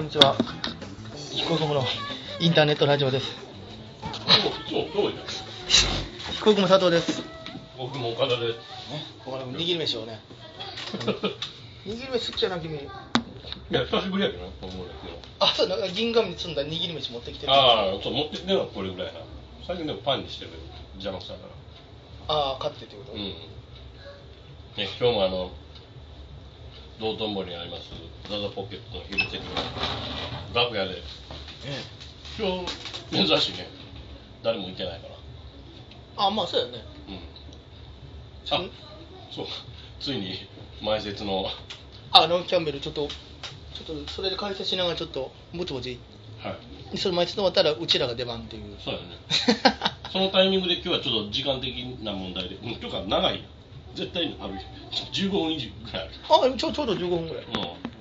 にちは。飛行雲のインターネットラジオです。飛行雲佐藤です。 僕も岡田です。 この握り飯をね。握り飯好きやな君。いや久しぶりやけどなと思うんだけど。 あ、そうなんか銀紙に積んだ握り飯持ってきてる。 ああ、そう持ってきてるのはこれぐらいな。最近でもパンにしてる邪魔くさいから。 ああ、買ってってこと。 ね、今日も道頓堀にありますザザポケットの昼席の楽屋で、今日珍しいね、誰もいてないから。 あ、まあそうやね。 あ、そう、ついに前説のキャンベルちょっとそれで解説しながらちょっとぼちぼち、 はい、 それ前説終わったらうちらが出番っていう。 そうやねそのタイミングで今日はちょっと時間的な問題で、今日から長い、絶対にある15分以上ぐらいある。 ちょうど15分ぐらい。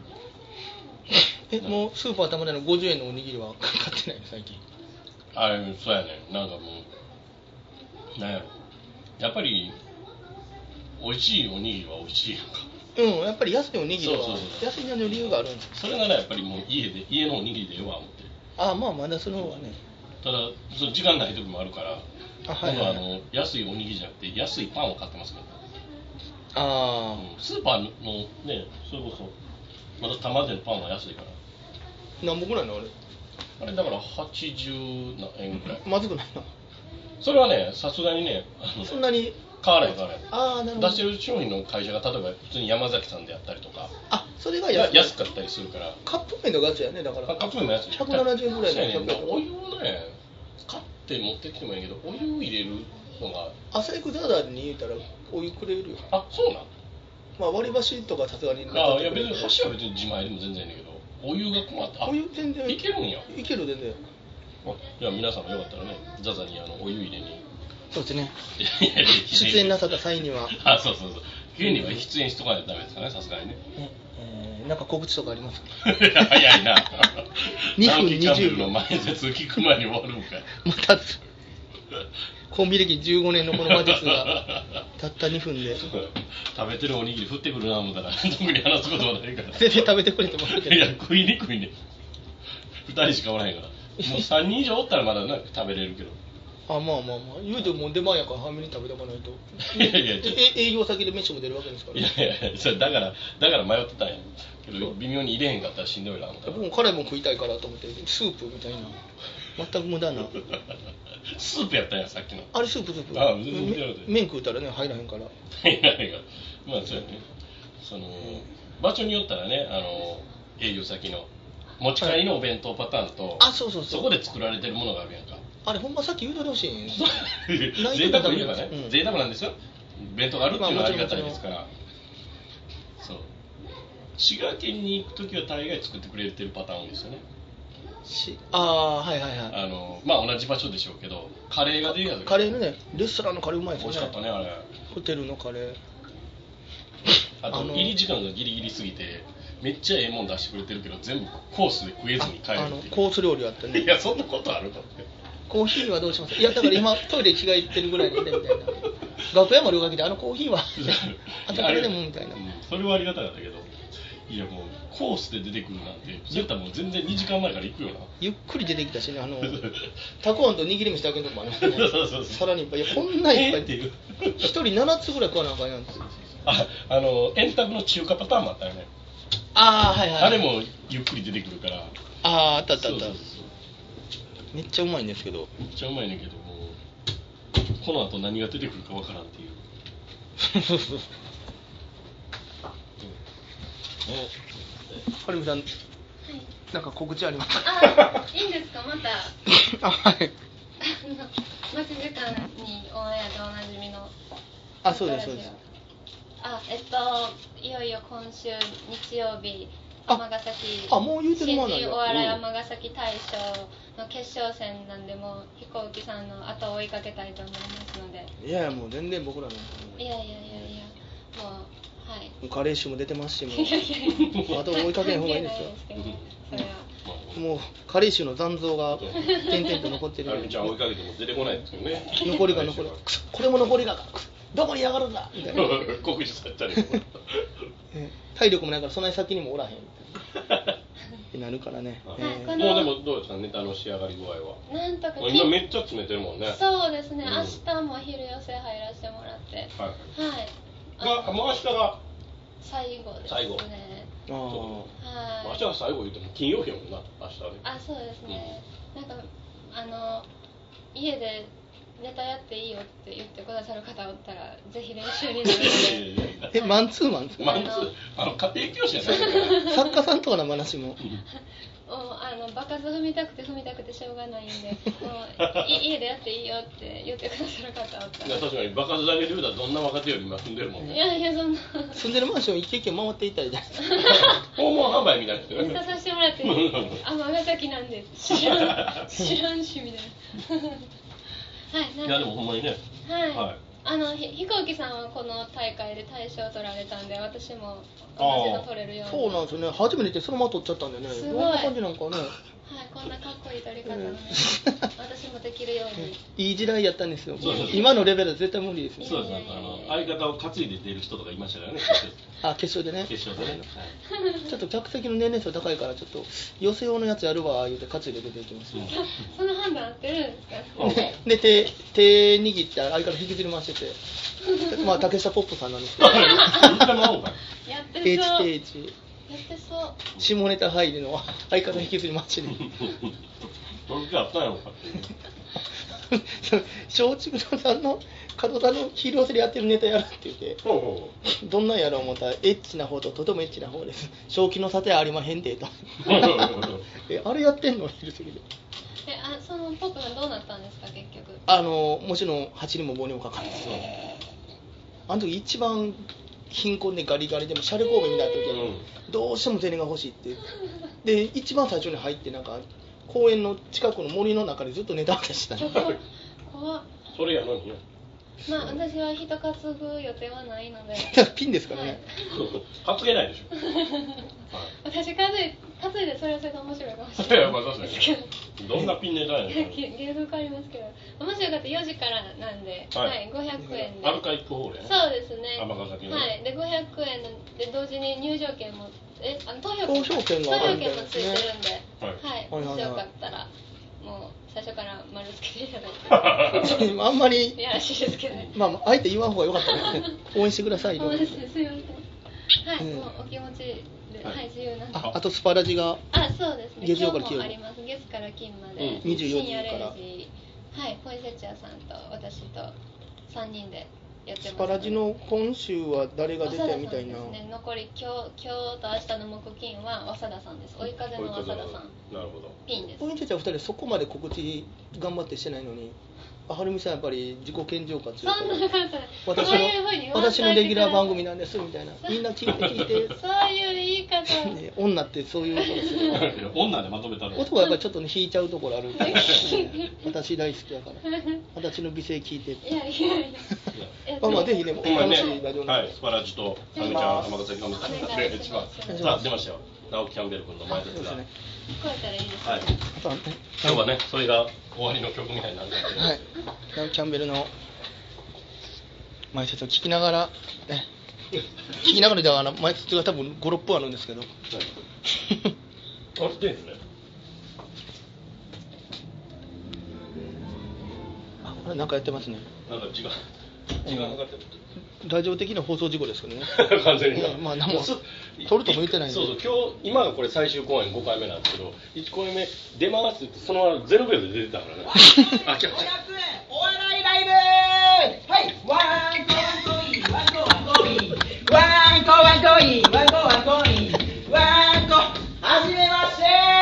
もうスーパーたまでの50円のおにぎりは買ってないの最近。 あれ、そうやね、なんかもうなんやろ、やっぱり美味しいおにぎりは美味しいやんか。 やっぱり安いおにぎりは安いの理由があるんです。 それならやっぱりもう家のおにぎりでええわ思って。 まあまだその方がね。 ただその時間ない時もあるから、 はいはい、 安いおにぎりじゃなくて安いパンを買ってますから、スーパーのね、それこそまだ玉でのパンは安いから。 何本ぐらいのあれだから80何円ぐらい。 まずくないの。 それはね、さすがにね、 そんなに変わらない。 なるほど。 出してる商品の会社が例えば普通に山崎さんでやったりとか、 それが安かったりするから。 カップ麺のやつやね。だからカップ麺も安い。 170円ぐらいのやね。お湯をね買って持ってきてもいいけど、お湯を入れるのが朝行くダダに言ったらお湯くれるよ。 あ、そうなん。 まあ割り箸とかさすがに。 いや別に箸は別に自前でも全然いいんだけど、お湯が困って、 お湯全然いけるんや。 いける全然。 じゃあ皆さんもよかったらね、ザザにお湯入れに。 そうですね。出演なさった際には。 そう。現には出演しとかないとダメですかね、さすがにね。 なんか告知とかありますか。 早いな。 2分 20秒の前説聞く前に終わるんかい。 またコンビ歴15年のこの魔術がたった2分で。 食べてるおにぎり降ってくるな思ったら特に話すことはないから。 全然食べてくれてもらうけど。 いや食いにくいね。2人しかおらへんから。もう3人以上おったらまだな食べれるけど。 まあ言うても出番やから早めに食べとかないと。いや営業先で飯も出るわけですから。 いやそれだから迷ってたんやけど、微妙に入れへんかったらしんどいな思った。 僕も辛いもん食いたいからと思ってスープみたいな全く無駄なスープやったんやさっきの。 あれスープ麺食うたらね入らへんから。 まあそうやね。場所によったらね、営業先の持ち帰りのお弁当パターンと、そこで作られてるものがあるやんか。 あれほんまさっき言うとほしいん。 贅沢言えばね、贅沢なんですよ。弁当があるっていうのはありがたいですから。そう。滋賀県に行くときは大概作ってくれてるパターン多いですよね。 はい。 まあ同じ場所でしょうけど、カレーが出るやつ。 カレーのね、レストランのカレーうまいですよね。 美味しかったねあれ。 ホテルのカレー。 あと入り時間がギリギリすぎて。めっちゃええもん出してくれてるけど全部コースで食えずに帰るっていう。 コース料理あってね。 いやそんなことあるの。 コーヒーはどうします。いやだから今トイレ着替えてるぐらいなんでみたいな。楽屋まで動きでコーヒーはあとこれでもみたいな。 それはありがたかったけど、いやもうコースで出てくるなんてそういったらもう全然2時間前から行くよな。 ゆっくり出てきたしね、たこあんと握り飯だけのとこもあるんですね。 そうさらにいっぱい。いやこんないっぱい1人7つぐらい食わなあかんやんって。 円卓の中華パターンもあったよね。 はい。 あれもゆっくり出てくるから。 あった。めっちゃうまいんですけど。 めっちゃうまいねんけど、もうこの後何が出てくるかわからんっていう。 はるみさん、なんか告知ありますか。 いいんですか、また。 はい。 待ち時間にオンエアでおなじみの。 そうです。 いよいよ今週日曜日、尼崎もう言うてるもんなんだ。 新人お笑い尼崎大賞の決勝戦なんで、もう飛行機さんの後を追いかけたいと思いますので。 いやもう全然僕らの。 いやもうはい。 カレー臭も出てますし、もうあと追いかけない方がいいですよ。 それはもうカレー臭の残像が点々と残ってる。 あれみちゃん追いかけても出てこないですよね。 残りがこれも残りがどこに上がるんだみたいな。 告知されたり。 体力もないからそんなに先にもおらへん。 になるからね、 もうはいでもどうですか、ネタの仕上がり具合は。 なんとか今めっちゃ詰めてるもんね。 そうですね、 うん明日も昼寄せ入らせてもらってはいもう明日が最後ですね。 最後。 はい明日が最後言っても金曜日やもんな、明日ね。 あ、そうですね、なんか家でネタやっていいよって言ってくださる方おったらぜひ練習になるのでマンツーマンですか？ マンツー家庭教師じゃないから作家さんとかの話も場数踏みたくてしょうがないんでもう家でやっていいよって言ってくださる方おったら確かに場数だけで言うたらどんな若手より今住んでるもんね。 いやそんな住んでるマンション一軒一軒回っていったりだ訪問販売みたいなネタさせてもらって尼崎なんで知らんしみたいなはいいやでもほんまにね飛行機さんはこの大会で大賞を取られたんで私も同じの取れるようにそうなんですよね、初めて行ってそのまま取っちゃったんでね、 すごいどんな感じなんかね、 はいこんなかっこいい取り方をね私もできるようにいい時代やったんですよそう今のレベルは絶対無理ですよ。 そうですね、相方を担いで出る人とかいましたからね決勝でね決勝でねちょっと客席の年齢層高いからちょっと寄せ用のやつやるわ言うて担いで出ていきますよその判断合ってるんですか？ で手握って相方引きずり回しててまあ竹下ポップさんなんですけどやってそう HH やってそう下ネタ入りの相方引きずり回してるどんあったんやろか松竹さんの門田のヒーローセでやってるネタやるって言ってどんなんやろう思ったらエッチな方ととてもエッチな方です正気の沙汰ありまへんでとあれやってんの昼過ぎでそのポップがどうなったんですか結局もちろん8にも5にもかかるんですよあの時一番貧困でガリガリでもシャレ神戸になった時はどうしても銭が欲しいってで一番最初に入ってなんか公園の近くの森の中でずっとネタ合わせしてた怖っそれやのにねまあ私は人担ぐ予定はないのでピンですからね、 担げないでしょ私担いでそれはそれで面白いかもしれないまあ確かにどんなピンネタやねん芸風変わりますけど面白かった4時からなんで、500円でアルカイックホールやねそうですね尼崎のはいで500円で同時に入場券も投票券があるんでもついてるんではいもしよかったらもう最初から丸つけていただいてあんまりいやらしいですけどねまああえて言わん方がよかったね応援してくださいよそうですねすいませんはい、もうお気持ちで自由なあとスパラジがそうですね月曜から金曜今日もあります月から金まで、 24時深夜から 0時はいポイセチアさんと私と3人でやってます、 スパラジの今週は誰が出てみたいな、 残り今日と明日の木金は早稲田さんです追い風の早稲田さんなるほどピンですポイントちゃん2人そこまで告知頑張ってしてないのにはるみさんやっぱり自己顕示欲が強いからそんなことない私のレギュラー番組なんですみたいなみんな聞いてそういう言い方女ってそういうことですよ女でまとめたの男はやっぱりちょっとね引いちゃうところある私大好きだから私の美声聞いていやまあぜひねほんまにね楽しいラジオなんでスパラジとサメちゃん尼崎ので一番さあ出ましたよ直木キャンベル君の前ですが聞こえたらいいですね、 はい今日はねそれが終わりの曲みたいになるんだけどはいナオキャンベルの前説を聞きながらね聞きながらでは前説が多分 5,6 分あるんですけどあれでんねあれなんかやってますねなんか時間かかってるラジオ的な放送事故ですけどね完全にまあ何も撮るとも言ってないんでそう今がこれ最終公演5回目なんですけど1公演目出ますって言ってそのまま0秒で出てたからねあ来た 500円お笑いライブはいワンコワンコインワンコワンコインワンコワンコインワンコワンコインワンコはじめまして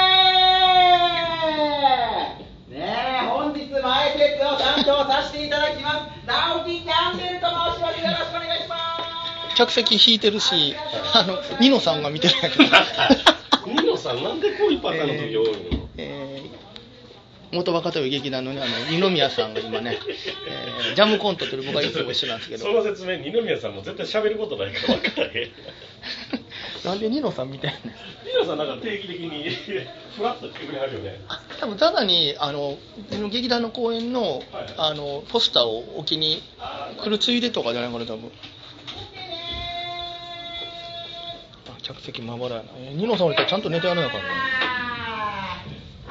ねえ本日前説を担当させていただきます直木キャンベルと申しますよろしくお願いします客席引いてるしニノさんが見てるんやけどニノさんなんでこういうパターンの時多いの、 元若手劇団のね二宮さんが今ね、ジャムコントという僕はいつも一緒なんですけどその説明二宮さんも絶対喋ることないから分からへんなんでニノさんみたいなニノさんなんか定期的にフラッと来てくれはるよね多分ただに劇団の公演の、ポスターを置きに来るついでとかじゃないかな多分客席まばらやなニノさん俺ちゃんとネタやらなあかんね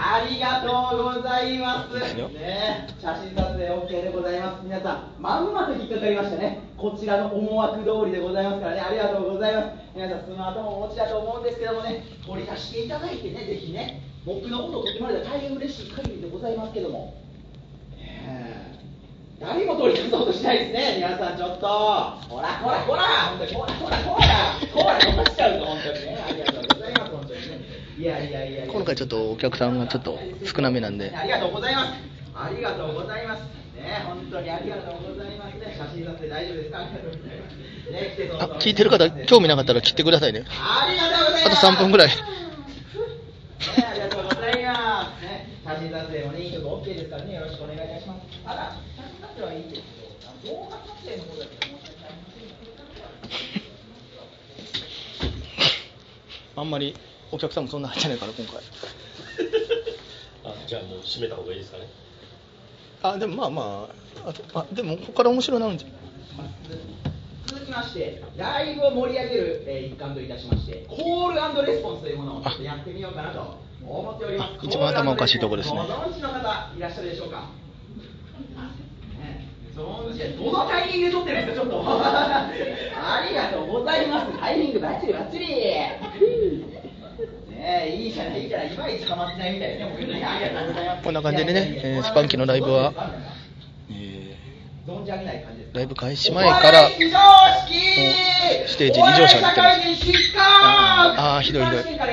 ありがとうございます。 いいですよね、写真撮影 OK でございます。皆さん、まんまと引っかかりましたね。こちらの思惑通りでございますからね、ありがとうございます。皆さん、スマートフォンお持ちだと思うんですけどもね、取り出していただいてね、ぜひね、僕のことを撮ってもらえたら大変嬉しい限りでございますけども。誰も取り出そうとしないですね、皆さんちょっと。ほら、本当に、ほら、残しちゃうと、本当にね。ありがとうございます、本当にね。いや。 今回ちょっとお客さんがちょっと少なめなんで。 ありがとうございます。ありがとうございます。ね、本当にありがとうございますね。写真撮影大丈夫ですか？ありがとうございます。ね、来てそうそう聞いてる方、興味なかったら切ってくださいね。 ありがとうございあとます。 3分ぐらい。 ね、ありがとうございます。ね、写真撮影もね、いい曲 OK ですからね、よろしくお願いいたします。ただ、写真撮影はいいんですけど、動画撮影のことだけ申し訳ありません。 あんまりお客さんもそんな入ってないから今回。 じゃあもう閉めた方がいいですかね。 でもでもここから面白いなるんじゃ。 続きましてライブを盛り上げる、一環といたしましてコール&レスポンスというものをちょっとやってみようかなと思っております。 一番頭おかしいとこですね。 ご存知の方いらっしゃるでしょうか。存じどのタイミングで撮ってるんですか、ちょっとありがとうございます。タイミングバッチリね、いいじゃない、いまいちハマってないみたいですね。僕ね、ありがとうございます。 こんな感じでね、スパンキーのライブは、 存じ上げない感じです。 ライブ開始前からステージに異常者が出てます。ひどい。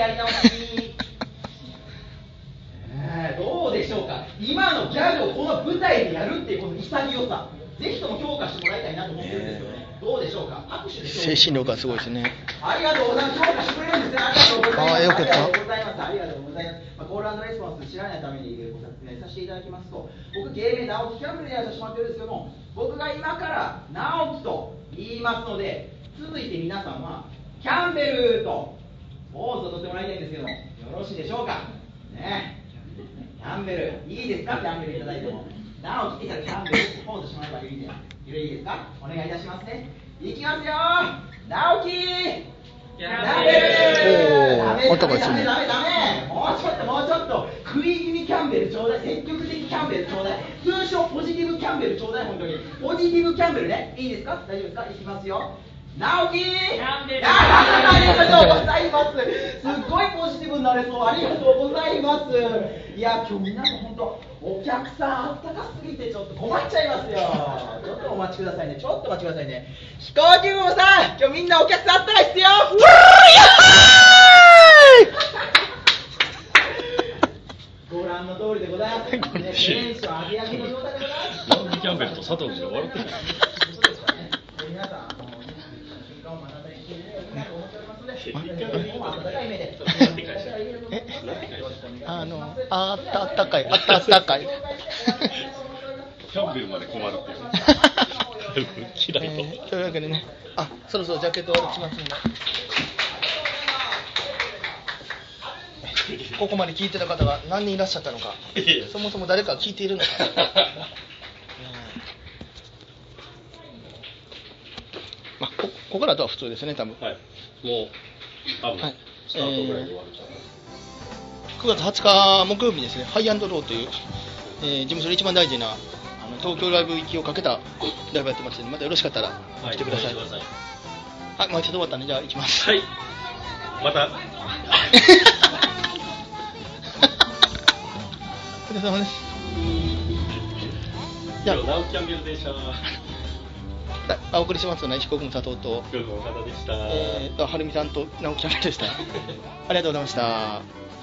どうでしょうか。今のギャグをこの舞台でやるっていうこの潔さ、ぜひとも評価してもらいたいなと思ってるんですよね。どうでしょうか。拍手で精神力がすごいですね。 ありがとうございます。評価してくれるんですね。ありがとうございます。 よかった。 ありがとうございます。ありがとうございます。コール&レスポンス知らないためにご説明させていただきますと、僕芸名直樹キャンベルでやらせてもらってるんですけども、僕が今から直樹と言いますので、続いて皆さんはキャンベルとポーズを取ってもらいたいんですけども、よろしいでしょうか。ね。キャンベルいいですか。キャンベルいただいても。直樹って言ったらキャンベルポーズしてもらえばいいんで、いいですか。お願いいたしますね。いきますよ。直樹キャンベルダメもうちょっと食い気味キャンベルちょうだい。積極的キャンベルちょうだい。通称ポジティブキャンベルちょうだい。本当にポジティブキャンベルね。いいですか。大丈夫ですか。いきますよ。直樹キャンベルありがとうございます。すっごいポジティブになれそう。ありがとうございます。いや、今日皆さん本当お客さんあったかすぎてちょっと困っちゃいますよ。ちょっとお待ちくださいね。飛行機部さん、今日みんなお客さんあったかいっすよ。ご覧の通りでございます。テンション上げ上げの状態でございます。 ロングキャンベルと佐藤君が笑ってる。 皆さん、瞬間を目の当たりにしているように思っておりますので、温かい目で。 あったかい。 キャンベルまで困るっていう。嫌いと。 というわけでね、そろそろジャケットをしますんで。ここまで聞いてた方が何人いらっしゃったのか、そもそも誰か聞いているのか。ここからとは普通ですね、多分。 はい。もう多分、スタートぐらいで終わるじゃない。 9月20日木曜日ですね、ハイアンドローという、事務所で一番大事な東京ライブ行きをかけたライブやってますので、またよろしかったら来てください。はい、もう一度終わったんで、じゃあ行きます。 はい。また。 お疲れ様です。 じゃあ、ナウキャンベルでした。 お送りしますのは石子君佐藤と、 今日の方でした。 はるみさんと直樹ちゃんでした。ありがとうございました。